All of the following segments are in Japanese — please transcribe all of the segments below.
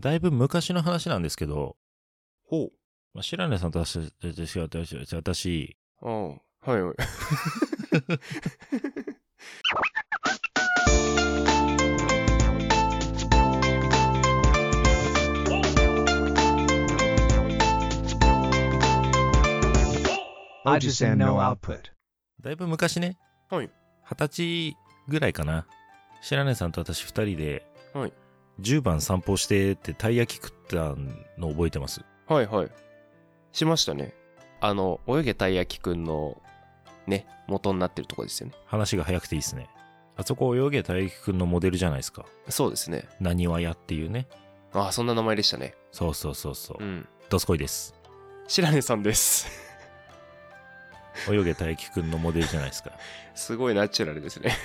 だいぶ昔の話なんですけど、 ほう。 まあ、白根さんと私、 ああ、はいはい。 Ojisan no output. だいぶ昔ね、 はい。 20歳ぐらいかな。白根さんと私2人で、 はい。 10番散歩してってたい焼き食ったの覚えてます。 はいはい。しましたね。泳げたい焼きくんの、ね、元になってるとこですよね。 話が早くていいですね。あそこ泳げたい焼きくんのモデルじゃないですか。 そうですね。 なにわ屋っていうね。 ああ、そんな名前でしたね。 そうそうそうそう。 うん。 どすこいです。 白根さんです。 泳げたい焼きくんのモデルじゃないですか。 すごいナチュラルですね。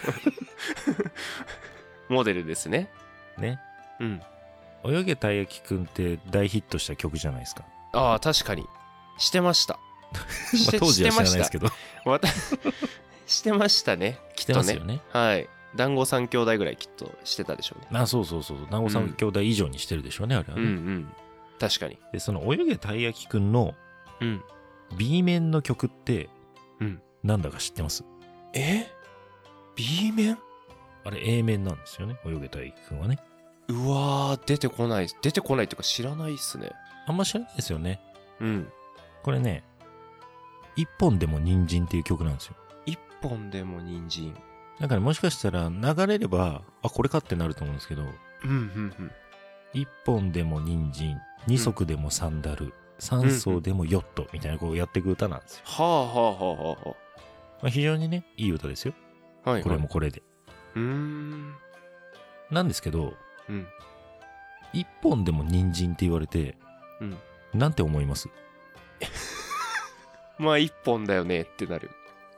モデルですね。 ね。 うん。 泳げたい焼きくんって大ヒットした曲じゃないですか。 ああ、確かに。してました。 まあ当時は知らないですけど。 してましたね。 来てますよね。 はい。団子三兄弟ぐらいきっとしてたでしょうね。 あ、そうそうそう。団子三兄弟以上にしてるでしょうね、あれはね。 うんうん。確かに。 で、その泳げたい焼きくんのうん。 B 面の曲って、 うん。 なんだか知ってます？ B 面？ あれ A 面なんですよね、泳げたい焼きくんはね。 うわー、出てこないっていうか知らないっすね。 あんま知らないですよね。 うん。 これね、一本でも人参っていう曲なんですよ。 一本でも人参。 だからもしかしたら流れれば、あ、これかってなると思うんですけど、 うんうん一本でも人参、二足でもサンダル、三層でもヨットみたいなこうやっていく歌なんですよ。 はあはあはあはまあ、非常にね、いい歌ですよ。 あ。はい、はい。 これもこれで。なんですけど、 うん。 一本でも人参って言われて、 うん。 なんて思います？ まあ一本だよねってなる。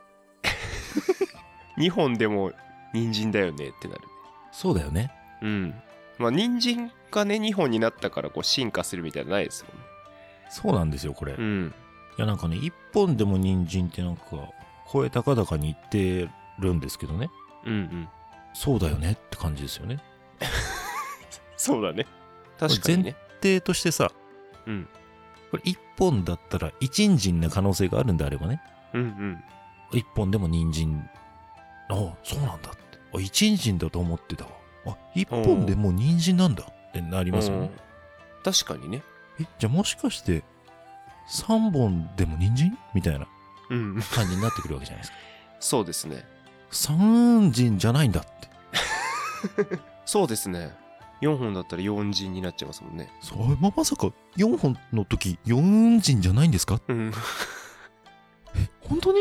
二本でも人参だよねってなる。 そうだよね。 うん。まあ人参がね二本になったからこう進化するみたいなのないですもんね。 そうなんですよ、これ。いうん。 や、なんかね、一本でも人参ってなんか、声高々に言ってるんですけどね。 うんうん。 そうだよねって感じですよね。 そうだね。確かにね。 前提としてさ、 うん。 これ一本だったら一人参な可能性があるんであればね。 うんうん。 一本でも人参。あ、そうなんだって。あ、一人参だと思ってたわ。あ、一本でもう人参なんだってなりますよね。 確かにね。 じゃあもしかして三本でも人参みたいなうん。 感じになってくるわけじゃないですか。 そうですね。 三人じゃないんだって。 そうですね。4本だったら4人になっちゃいますもんね。 それまさか4本の時4人じゃないんですか？ うん。 本当に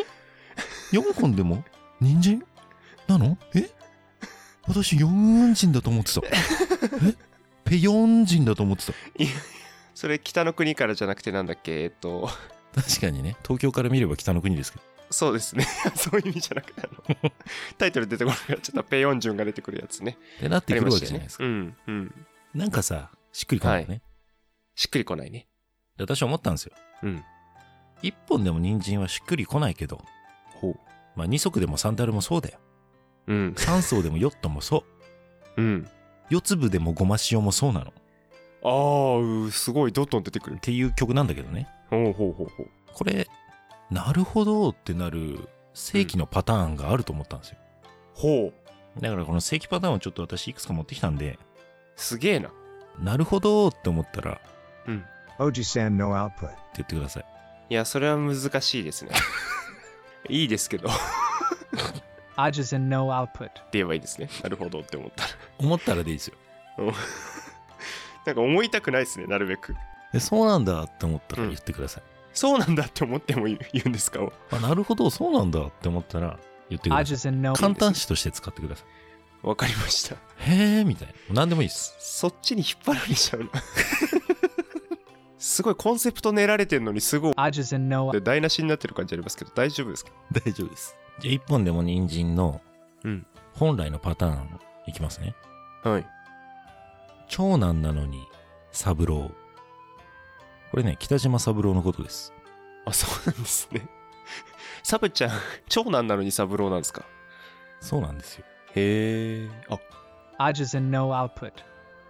?4 本でも人参なの？私4人だと思ってた。ペヨン人だと思ってた。 いや、それ北の国からじゃなくてなんだっけ確かにね、東京から見れば北の国ですけど。 そうですね。そういう意味じゃなくてタイトル出てこなくなっちゃったペヨンジュンが出てくるやつね。 ってなってくるわけじゃないですか。 うんうん。 なんかさ、しっくりこないよね。 しっくりこないね。 で私は思ったんですよ。 うん。 一本でも人参はしっくりこないけど、 ほう。 まあ二足でもサンダルもそうだよ。 うん三層でもヨットもそう。 うん。 四粒でもごま塩もそうなの。 ああ、すごいどんどん出てくるっ。ていう曲なんだけどね。 ほうほうほうほう。 これ、なるほどってなる正規のパターンがあると思ったんですよ。 ほう。 だからこの正規パターンをちょっと私いくつか持ってきたんで、 すげえな。 なるほどって思ったらってうん。 Ojisan no output. 言ってください。 いや、それは難しいですね。いいですけど。って Ojisan no output. 言えばいいですね。なるほどって思ったら。 思ったらでいいですよ。 なんか思いたくないですね、なるべく。 そうなんだって思ったら言ってください。 そうなんだって思っても言うんですか？ あ、なるほど、そうなんだって思ったら言ってください。 Ojisan no 簡単詞として使ってください。 わかりました。 へーみたいな。何でもいいです。 そっちに引っ張られちゃうな。すごいコンセプト練られてんのにすごい Ojisan no で台無しになってる感じありますけど大丈夫ですか？ 大丈夫です。じゃあ一本でも人参のうん。 本来のパターンいきますね。 はい。 長男なのに三郎。これね、北島三郎のことです。 あ、そうなんですね。サブちゃん、長男なのに三郎なんですか？ そうなんですよ。 へえ。あ、 Ojisan no output.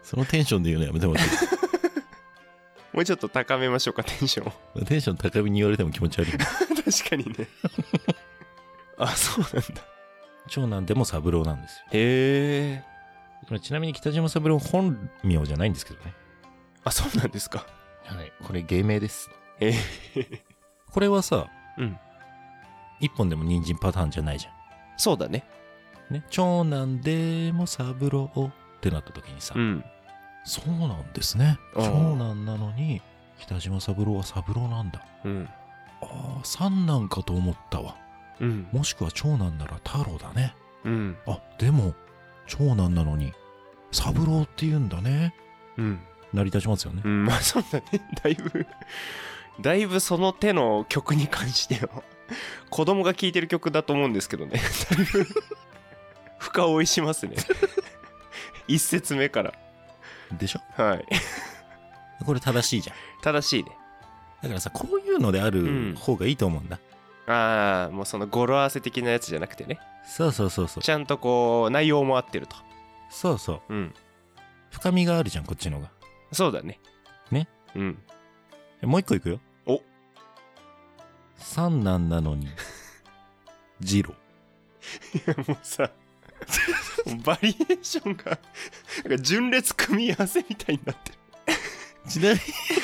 そのテンションで言うのやめてもらってもうちょっと高めましょうか、テンションを。 いいテンション高めに言われても気持ち悪い。 確かにね。あ、そうなんだ。 長男でも三郎なんですよ。 へえ。 これちなみに北島三郎本名じゃないんですけどね。 あ、そうなんですか。 はい。これ芸名です。 へえ。 これはさ、 うん。 一本でも人参パターンじゃないじゃそうだね。 ん。ね。長男でも三郎ってなった時にさ、 うん。 そうなんですね。 ああ長男なのに、北島三郎は三郎なんだ。 うん。 ああ、三男かと思ったわ。 うん。 もしくは長男なら太郎だね。 うん。 あ、でも、長男なのに、三郎って言うんだね。 うん。 成り立ちますよね。 うん。まあそうだね。だいぶその手の曲に関しては、子供が聴いてる曲だと思うんですけどね。だいぶ、深追いしますね。一節目から。 でしょ？ はい。 これ正しいじゃん。 正しいね。 だからさ、こういうのである方がいいと思うんだ。 ああ、もうその語呂合わせ的なやつじゃなくてね。 そうそうそうそう。 ちゃんとこう、内容も合ってると。 そうそう。 うん。 深みがあるじゃん、こっちの方が。 そうだね。 ね。 うん。 もう一個いくよ。 お。 三男なのに、次郎。 いやもうさ、バリエーションが、なんか順列組み合わせみたいになってる。 ちなみに、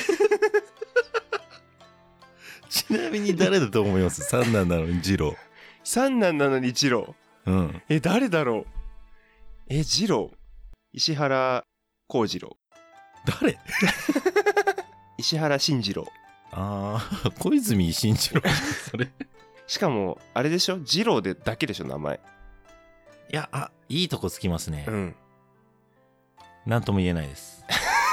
ちなみに誰だと思います？三男なのに次郎。 三男なのに二郎。 うん。 誰だろう。二郎。石原幸次郎。 誰？ 石原慎次郎。 ああ、小泉進次郎。それ。 しかも、あれでしょ、次郎でだけでしょ、名前。 いや、あ、いいとこつきますね。 うん。 なんとも言えないです。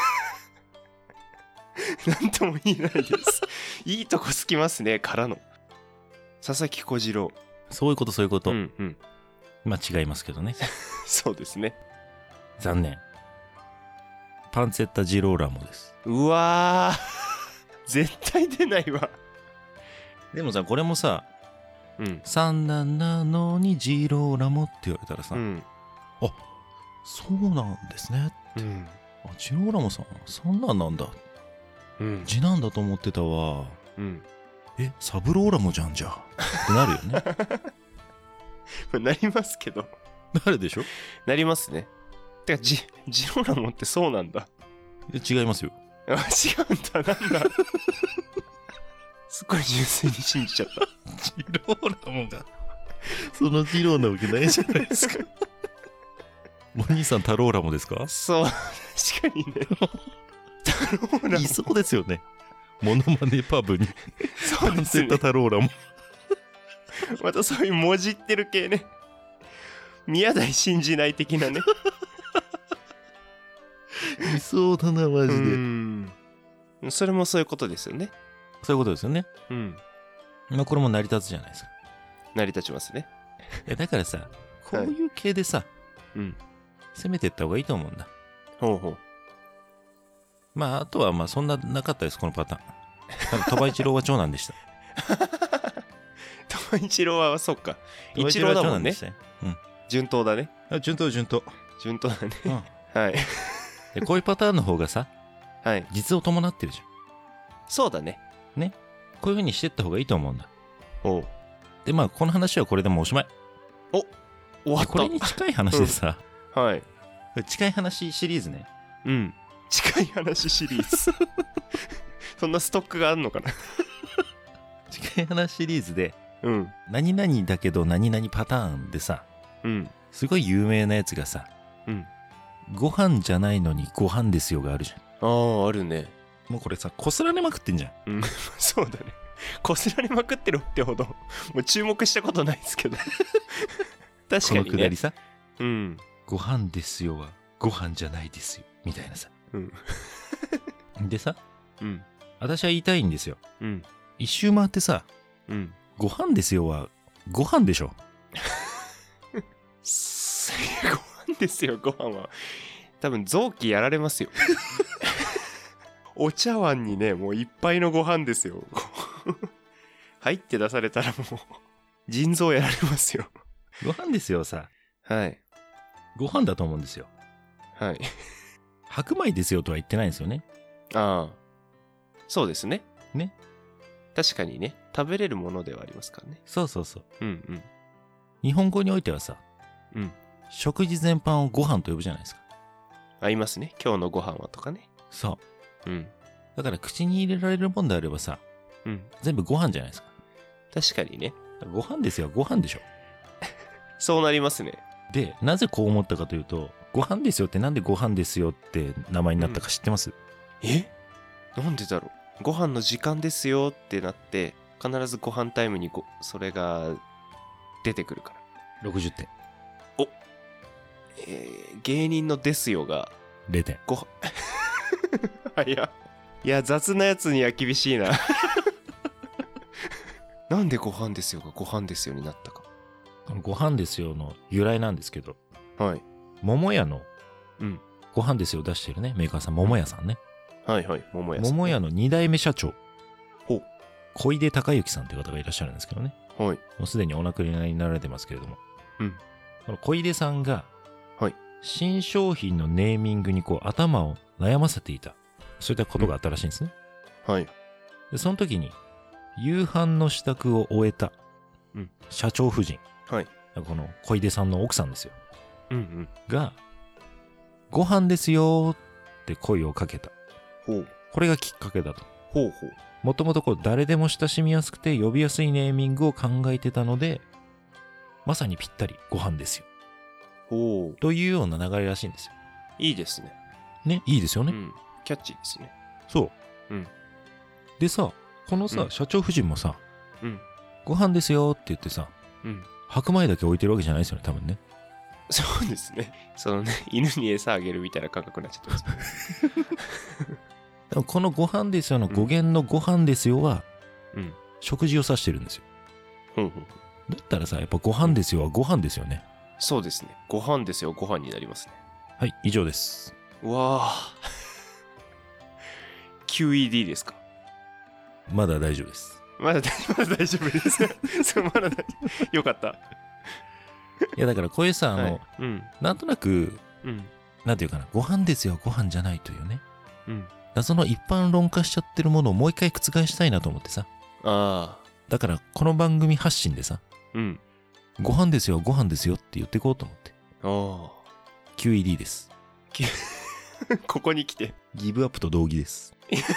なんとも言えないです。いいとこつきますね、からの。佐々木小次郎。 そういうこと、そういうこと。 うんうん。 まあ違いますけどね。 そうですね。 残念。パンツェッタ・ジローラモです。 うわー。絶対出ないわ。 でもさ、これもさ、 うん。 三男なのにジローラモって言われたらさ、 うん。 そうなんですね。 うん。 あ、ジローラモさん、三男なんだ。 うん。 次男だと思ってたわ。 うん。 サブローラモじゃんじゃ。ってなるよね。 なりますけど。 なるでしょ？ なりますね。てか、ジローラモってそうなんだ。 違いますよ。 あ、違うんだ、なんだ。すごい純粋に信じちゃった。 ジローラモが、そのジローなわけないじゃないですか。お兄さんタローラモですか？ そう、確かにね。タローラモ。 いそうですよね。モノマネパブに。 そうですねパンセッタ。タローラモ。 またそういうもじってる系ね。宮台信じない的なね。 いそうだな、マジで。 それもそういうことですよね。 そういうことですよね。 うん。 まあこれも成り立つじゃないですか。 成り立ちますね。 だからさ、こういう系でさ、 うん。 攻めていった方がいいと思うんだ。 ほうほう。 まああとはまあそんななかったです、このパターン。鳥羽一郎は長男でした。 鳥羽一郎は、そっか。 鳥羽一郎だもんねで。したよ。 順当だね。 あ、順当順当。 順当だね。 うんはい。 でこういうパターンの方がさ、 はい。 実を伴ってるじゃん。 そうだね。 こういう風にしてった方がいいと思うんだ。 おう。 でまあこの話はこれでもうおしまい。 終わっでこれに近い話でさ、 た。はい。 これ近い話シリーズね。 うん。近い話シリーズ。そんなストックがあるのかな。 近い話シリーズで、 うん。 何々だけど何々パターンでさ、 うん。 すごい有名なやつがさ、 うん。 ご飯じゃないのにご飯ですよがあるじゃああ、あるね。 ん。もうこれさ、こすられまくってんじゃん。 うん。そうだね。こすられまくってるってほど、もう注目したことないですけど。確こかにね。 のくだりさ、 うん。 ご飯ですよはご飯じゃないですよ。みたいなさ。 うん。 でさ、 うん。 私は言いたいんですよ。 うん。 一周回ってさ、 うん。 ご飯ですよはご飯でしょ。 ご飯ですよ、ご飯は。多分臓器やられますよ。お茶碗にね、もういっぱいのご飯ですよ。入って出されたらもう、腎臓やられますよ。 ご飯ですよさ、 はい。 ご飯だと思うんですよ。 はい。 白米ですよとは言ってないんですよね。 ああ、そうですね。 ね。 確かにね、食べれるものではありますからね。 そうそうそう。 うん日本語においてはさ、 うん。うん。 食事全般をご飯と呼ぶじゃないですか。 ありますね。今日のご飯はとかね。 そう。 うん。 だから口に入れられるもんであればさ、 うん。 全部ご飯じゃないですか。 確かにね。 ご飯ですよ、ご飯でしょ。 そうなりますね。 で、なぜこう思ったかというと、ご飯ですよってなんでご飯ですよって名前になったか知ってます？ え？なんでだろう。ご飯の時間ですよってなって、必ずご飯タイムにそれが出てくるから。 60点。 芸人のですよが 0点。 ごいや雑なやつには厳しいな。なんでご飯ですよがご飯ですよになったか。 このご飯ですよの由来なんですけど、 はい。 桃屋のうん。 ご飯ですよを出してるね、メーカーさん、桃屋さんね。 はいはい。桃屋さん。 桃屋の2代目社長、 ほう。 小出隆之さんという方がいらっしゃるんですけどね。 はい。 もうすでにお亡くなりになられてますけれども。 うん。 この小出さんが、 はい。 新商品のネーミングにこう頭を悩ませていた。そういったことがあったらしいんですね。 はい。 で、その時に、夕飯の支度を終えたうん。 社長夫人、 はい。 この小出さんの奥さんですよ。 うんが、ご飯ですよーって声をかけた。 ほう。 これがきっかけだと。 ほうほう。 もともとこう誰でも親しみやすくて呼びやすいネーミングを考えてたので、まさにぴったりご飯ですよ。 ほう。 というような流れらしいんですよ。 いいですね。 ね、いいですよね。 うん。キャッチーですね。 そう。 うん。 でさ、このさ、 うん社長夫人もさ、 うん。 ご飯ですよって言ってさ、 うん。 白米だけ置いてるわけじゃないですよね、多分ね。 そうですね。そのね、犬に餌あげるみたいな感覚になっちゃってます。 でもこのご飯ですよの語源のご飯ですよは、 うん。 食事を指してるんですよ。 ほうほう。 だったらさ、やっぱご飯ですよはご飯ですよね。 そうですね。ご飯ですよ。ご飯になりますね。 はい、以上です。 うわあ。QED ですか？ まだ大丈夫です。 まだ大丈夫です。そう、まだ大丈夫。よかった。 いや、だからこういうさ、 はい。うん。 なんとなく、 うん。 なんていうかな、ご飯ですよ、ご飯じゃないというね。 うん。 謎の一般論化しちゃってるものをもう一回覆したいなと思ってさ。 ああ。 だから、この番組発信でさ、 うん。 ご飯ですよ、ご飯ですよって言っていこうと思って。 ああ。 QED です。 ここに来て。 ギブアップと同義です。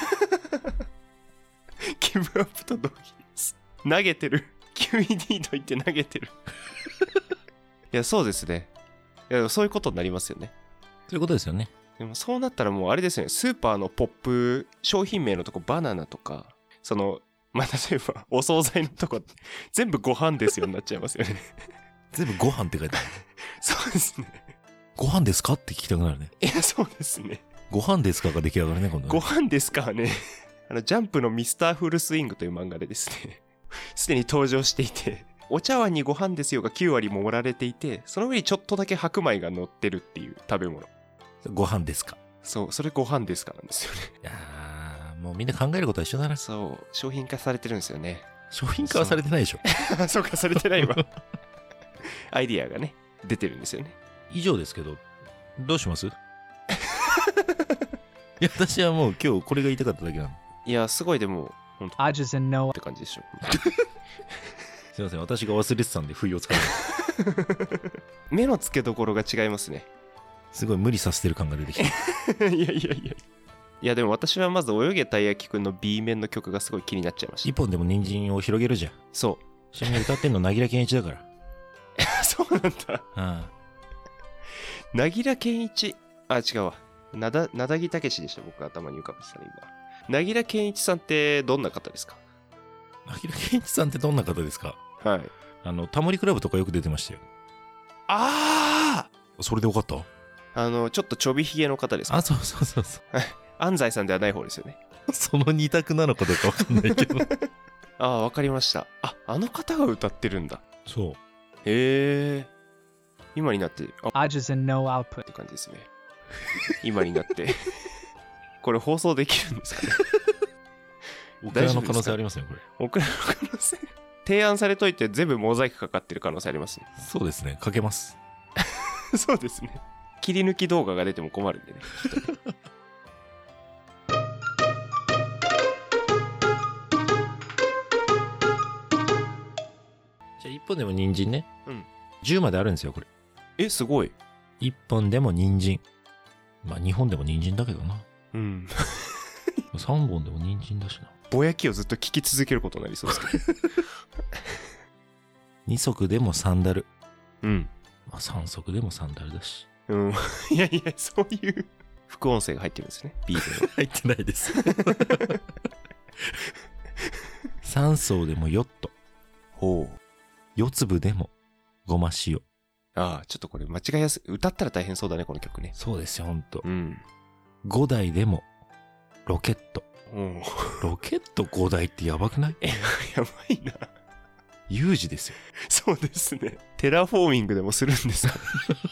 ギブアップと同義です。投げてる。QED と言って投げてる。いや、そうですね。いや、そういうことになりますよね。 そういうことですよね。 でもそうなったらもうあれですね、スーパーのポップ、商品名のとこバナナとか、その、まあ、例えばお惣菜のとこ、全部ご飯ですよになっちゃいますよね。 全部ご飯って書いてある。 そうですね。 ご飯ですかって聞きたくなるね。 いや、そうですね。 ご飯ですかが出来上がるね、今度ね。 ご飯ですかね。ジャンプのミスターフルスイングという漫画でですね、すでに登場していて、お茶碗にご飯ですよが9割も盛られていて、その上にちょっとだけ白米が乗ってるっていう食べ物。 ご飯ですか。 そう、それご飯ですかなんですよね。 いやー、もうみんな考えることは一緒だな。 そう、商品化されてるんですよね。 商品化はされてないでしょ。 そうか、されてないわ。アイディアがね、出てるんですよね。 以上ですけど、どうしますいや、私はもう今日これが言いたかっただけなの。 いや、すごいでも、ほんと I just know って感じでしょ。 すいません、私が忘れてたんで不意をつかない。 目の付けどころが違いますね。 すごい無理させてる感が出てきた。 いや。いや、でも私はまず泳げたい焼きくんの B 面の曲がすごい気になっちゃいまし一本でも人参を広げるじゃん。 そ一緒に歌ってんの凪良健一だから。 う。そうなんだ。 あ凪良健一。あ、違うわ。なだぎたけしでした、僕頭に浮かべてたね、今。凪良健一さんってどんな方ですか？ あ。凪良健一さんってどんな方ですか？ はい。 タモリクラブとかよく出てましたよ。 あそれでよかった？ あちょっとちょびひげの方ですか？ あ、そう。 安西さんではない方ですよね。 その二択なのかどうかわかんないけど。 ああ、わかりました。あの方が歌ってるんだ。 そう。 へえ。今になって、 I just know output って感じですね。今になって。これ放送できるんですかね？ オクラの可能性ありますね、これ。 オクラの可能性。提案されといて全部モザイクかかってる可能性ありますね。 そうですね、かけます。 そうですね。 切り抜き動画が出ても困るんでね。 じゃあ1本でも人参ね。 うん。 10まであるんですよ、これ。 え、すごい。 1本でも人参。まあ2本でも人参だけどな。 うん。 3本でも人参だしな。 ぼやきをずっと聞き続けることになりそうですけど。 2足でもサンダル。 うん。 まあ3足でもサンダルだし。 うん。いやいや、そういう副音声が入ってるんですね。ビーズの。 入ってないです。3層でもヨット。 ほう。 4粒でもごま塩。 ああ、ちょっとこれ間違いやすい。歌ったら大変そうだね、この曲ね。 そうですよ、ほんと。 うん。 5台でもロケット。 うん。 ロケット5台ってやばくない？ やばいな。 有事ですよ。 そうですね。テラフォーミングでもするんですか？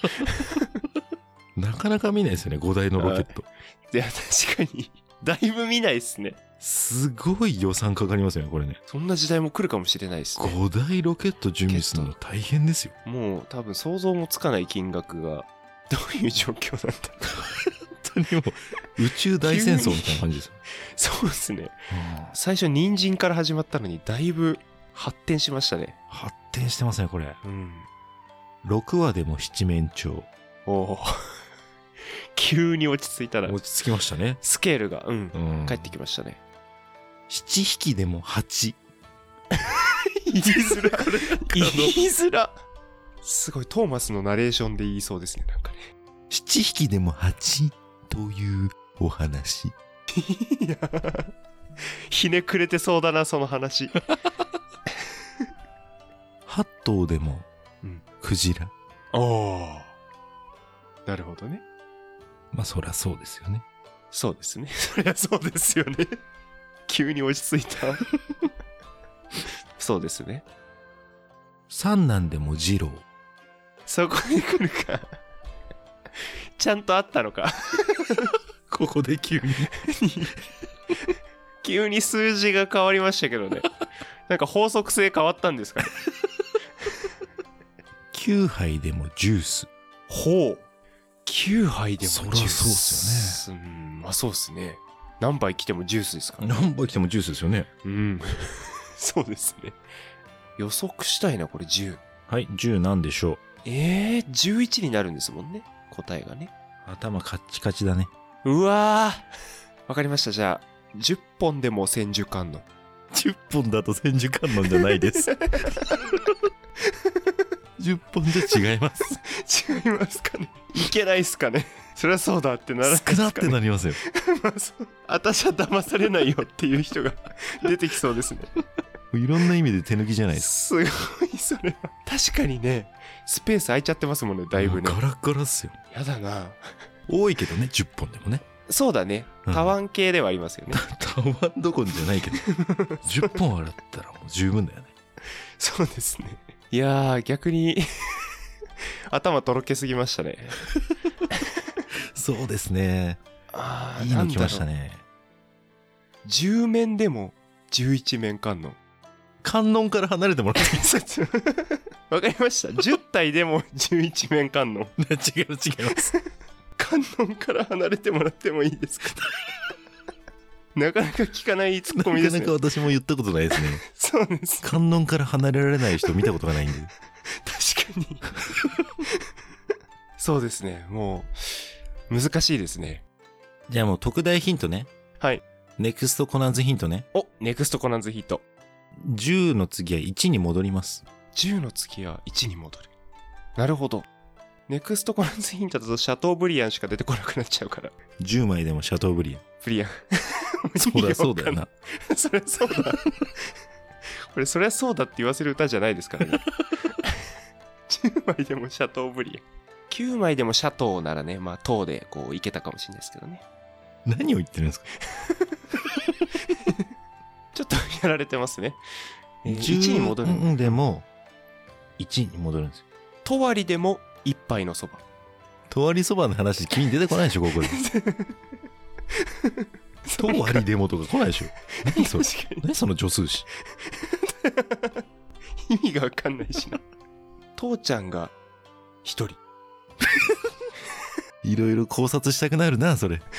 なかなか見ないですよね、5台のロケット。 いや、確かに。だいぶ見ないっすね。 すごい予算かかりますよね、これね。 そんな時代も来るかもしれないですね。 5台ロケット準備するの大変ですよ。 もう多分想像もつかない金額がどういう状況なんだろう。 本当にもう宇宙大戦争みたいな感じですよ。 そうですね。最初人参から始まったのにだいぶ発展しましたね。 発展してますね、これ。 うん。 6話でも七面鳥。 おお。急に落ち着いたら落ち着きましたね。 スケールが帰ってききましたね。 7匹でも8。 言いづら。これ言いづら。すごいトーマスのナレーションで言いそうですね、なんかね。 7匹でも8というお話。 いや、ひねくれてそうだな、その話。 8頭でもクジラ。 おお。なるほどね。 まあそりゃそうですよね。 そうですね。そりゃそうですよね。急に落ち着いた。そうですね。 三男でも二郎。 そこに来るか。ちゃんとあったのか。 ここで急に急に数字が変わりましたけどね。なんか法則性変わったんですかね。 9杯でもジュース。 ほう。9杯でもジュース。 そりゃそうっすよね。まあそうっすね。何杯来てもジュースですからね。 何杯来てもジュースですよね。 うん。そうですね。予測したいな、これ10。 はい、10なんでしょう。 11になるんですもんね。答えがね。 頭カッチカチだね。 うわー。わかりました。じゃあ、10本でも千手観音。 10本だと千手観音じゃないです。10本じゃ違います。 違いますかね。いけないっすかね。そりゃそうだってならないっすかね。 少なってなりますよ。 まあそう。私は騙されないよっていう人が出てきそうですね。 いろんな意味で手抜きじゃないですすごい、それは。確かにね、スペース空いちゃってますもんね、だいぶね。 ガラガラっすよ。 やだな。 多いけどね、10本でもね。 そうだね。タワン系ではありますよね。 タワンどころじゃないけど10本洗ったらもう十分だよね。 そうですね。いやー、逆に頭とろけすぎましたね。 そうですね。 あー、 いいの来ましたね。 10面でも11面観音。 観音から離れてもらっていいですか？ わかりました。10体でも11面観音。 違います観音から離れてもらってもいいですか？なかなか聞かないツッコミですね。 なかなか私も言ったことないですね。 そうです。 観音から離れられない人見たことがないんで。 確かに。そうですね。もう難しいですね。 じゃあもう特大ヒントね。 はい。 ネクストコナンズヒントね。 お、ネクストコナンズヒット。 10の次は1に戻ります。 10の次は1に戻る。なるほど。ネクストコナンズヒントだとシャトーブリアンしか出てこなくなっちゃうから。 10枚でもシャトーブリアン。 ブリアン。 そりゃそうだよな。 そりゃそうだ。これそりゃそうだって言わせる歌じゃないですからね。10枚でもシャトーブリアン。9枚でもシャトーならね、まあトーでこういけたかもしれないですけどね。 何を言ってるんですか？ ちょっとやられてますね。1 10 に戻る。 でも1に戻るんですよ。 とわりでも1杯のそば。 とわりそばの話君に出てこないでしょ、ここで。とわりでもとか来ないでしょ。何それ？ 確かに何その助数詞。 意味がわかんないしな。父ちゃんが一人。 いろいろ考察したくなるなそれ。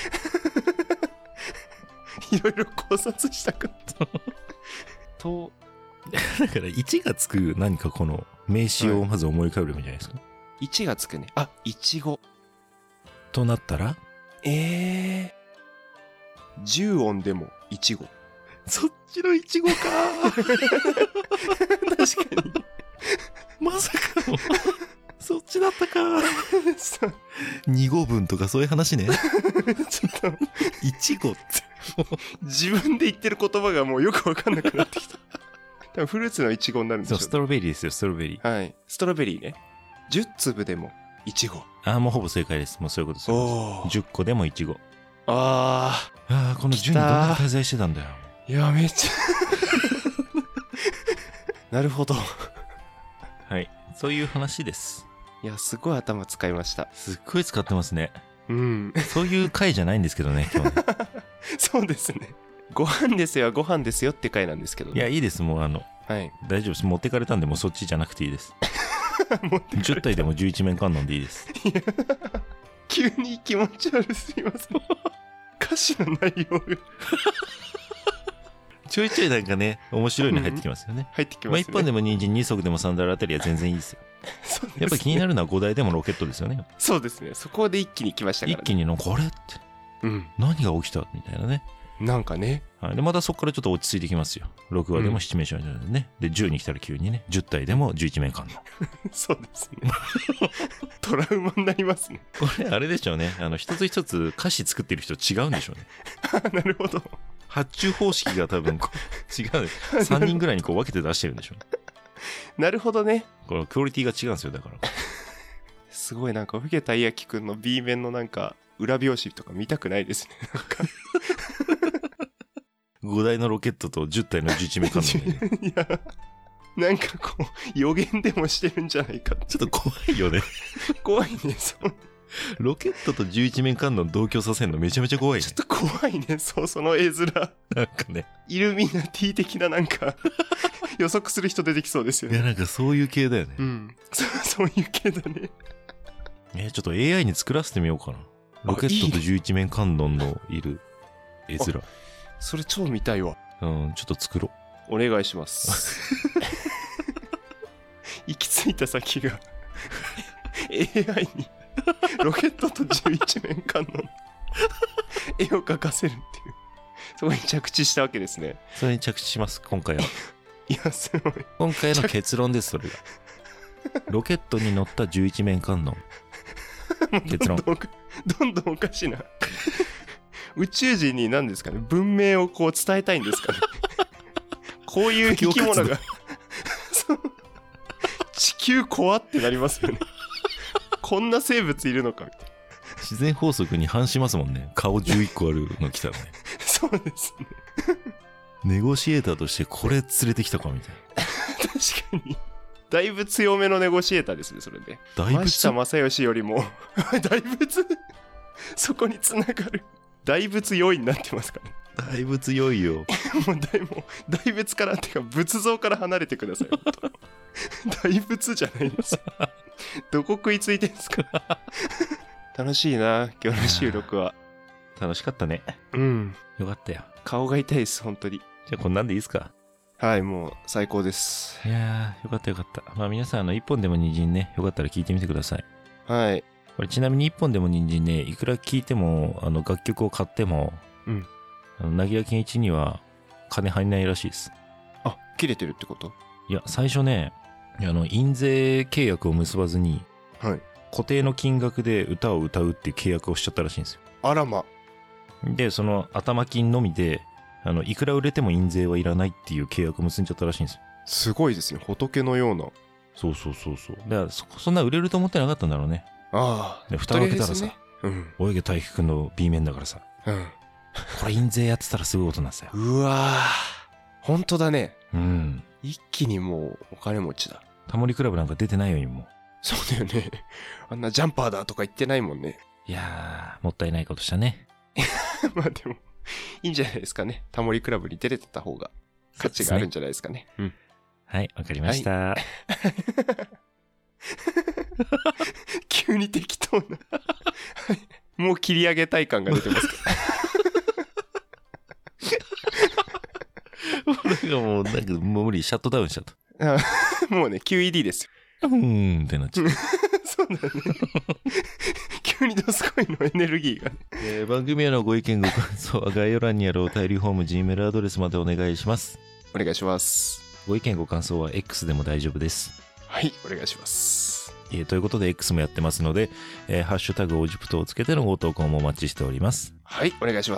いろいろ考察したかったと。 だから1がつく何かこの名詞をまず思い浮かべるんじゃないですか。 1がつくね。あ、いちご。 となったら 10音でもいちご。 そっちのいちごか確かに。 まさかのそっちだったか。 そう 2語分とかそういう話ね。 ちょっといちごって自分で言ってる言葉がもうよくわかんなくなってきた。多分フルーツのいちごになるんでしょそう、ストロベリーですよ、ストロベリー。 はい。ストロベリーね。10粒でもいちご。 ああ、もうほぼ正解です。もうそういうことです。 おー。 10個でもいちご。 あああ、この順にどんな滞在してたんだよ。 ー。いや、めっちゃ。なるほど。 はい。そういう話です。 いや、すごい頭使いました。 すっごい使ってますね。 うん。 そういう回じゃないんですけどね、今日ね。 そうですね。ご飯ですよ、ご飯ですよって回なんですけど、ね。 いや、いいです。もうはい。 大丈夫です。持ってかれたんで、もうそっちじゃなくていいです。10体でも11面観音でいいです。 急に気持ち悪すぎます。歌詞の内容がちょいちょいなんかね、面白いの入ってきますよね。 入ってきまあ、 ますね。 1本でも人参、2足でもサンダルあたりは全然いいですよ。 そうですね。 やっぱり気になるのは5台でもロケットですよね。 そうですね。そこで一気に来ましたからね。 一気にの、これってうん。 何が起きたみたいなね。 なんかね。 はい、でまたそこからちょっと落ち着いてきますよ。6話でも7面観音でね。で、10に来たら急にね、10体でも11面観音。 そうですね。トラウマになりますね。 これ、あれでしょうね。一つ一つ歌詞作ってる人違うんでしょうね。 なるほど。 発注方式が多分こう違う。3人ぐらいにこう分けて出してるんでしょうね。 なるほどね。 このクオリティが違うんですよ、だから。 すごいなんか、ふげたいやきくんの B 面のなんか、裏表紙とか見たくないですね。なんか 5台のロケットと10体の11面観音で、 いや、なんかこう、予言でもしてるんじゃないかって。 ちょっと怖いよね。 怖いね、そう。 ロケットと11面観音同居させるのめちゃめちゃ怖いね。 ちょっと怖いね、そう、その絵面。 なんかね。 イルミナティ的ななんか、予測する人出てきそうですよいや、 ね。 なんかそういう系だよね。 うん。そういう系だね。 ちょっと AI に作らせてみようかな。ロケットと11面観音のいる絵面。 それ超見たいわ。 うん、ちょっと作ろお願いします。行き着いた先が AI にロケットと11面観音絵を描かせるっていう、そこに着地したわけですね。 う。それに着地します、今回は。 いや、すごい。 今回の結論です、それが。ロケットに乗った11面観音。結論。 どんどんおかしいな。宇宙人に何ですかね、文明をこう伝えたいんですかね。こういう生き物がそう地球怖ってなりますよね。こんな生物いるのかみたいな。 自然法則に反しますもんね。顔11個あるの来たらね。 そうですね。 ネゴシエーターとしてこれ連れてきたかみたいな。 確かに。だいぶ強めのネゴシエーターですね、それで。 大仏真下正義よりも大仏そこにつながる大仏良いになってますからね。 大仏良いよ。 もう大仏からっていうか仏像から離れてください。本当大仏じゃないですよ。どこ食いついてんすか。楽しいな今日の収録は。 楽しかったね。 うん。 よかったよ。 顔が痛いです本当に。 じゃあこんなんでいいですか。 はい、もう最高です。 いやー、よかったよかった。まあ皆さん一本でも人参ね、よかったら聞いてみてください。 はい。 これちなみに一本でも人参ね、いくら聴いても、楽曲を買っても、なぎら健一には金入んないらしいです。 あ、切れてるってこと？ いや、最初ね、印税契約を結ばずに、 はい。 固定の金額で歌を歌うっていう契約をしちゃったらしいんですよ。 あらま。 で、その頭金のみで、いくら売れても印税はいらないっていう契約を結んじゃったらしいんですよ。 すごいですね。仏のような。 そうそうそうそう。だからそんな売れると思ってなかったんだろうね。 ああ。 で、蓋を開けたらさ、 とりあえずね、 泳げ体育くんの B 面だからさ、これ印税やってたらすごいことなんですよ。 うわー。ほんとだね。 うん。 一気にもうお金持ちだ。 タモリクラブなんか出てないよ、今も。 そうだよね。あんなジャンパーだとか言ってないもんね。 いやー、もったいないことしたね。 まあでも、いいんじゃないですかね。タモリクラブに出れてた方が価値があるんじゃないですかね。うん。 はい、わかりました。 急に適当なもう切り上げたい感が出てますけ俺がもうなんかもう無理、シャットダウンしちゃった。 どもうね QED ですよ。 ってなっちゃった。 そうだね急にドスコイのエネルギーがね、 番組へのご意見ご感想は概要欄にあるお便りフォーム Gmail アドレスまでお願いします。 お願いします。 ご意見ご感想は X でも大丈夫です。 はいお願いします。 ということで X もやってますので、ハッシュタグオジプトをつけてのご投稿もお待ちしております。 はいお願いします。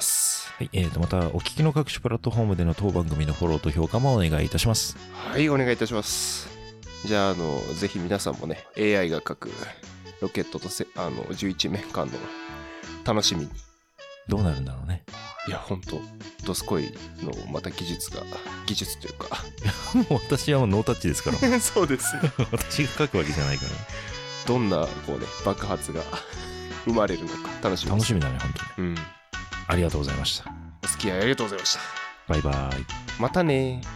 はい、またお聞きの各種プラットフォームでの当番組のフォローと評価もお願いいたします。 はいお願いいたします。じゃあぜひ皆さんもね AI が書くロケットと11面間の楽しみに。 どうなるんだろうね。 いやほんとドスコイのまた技術というかもう私はもうノータッチですからそうですね私が書くわけじゃないから。 どんなこうね爆発が生まれるのか楽しみです。 楽しみだね本当に。 うん。 ありがとうございました。 お付き合いありがとうございました。 バイバイ。 またね。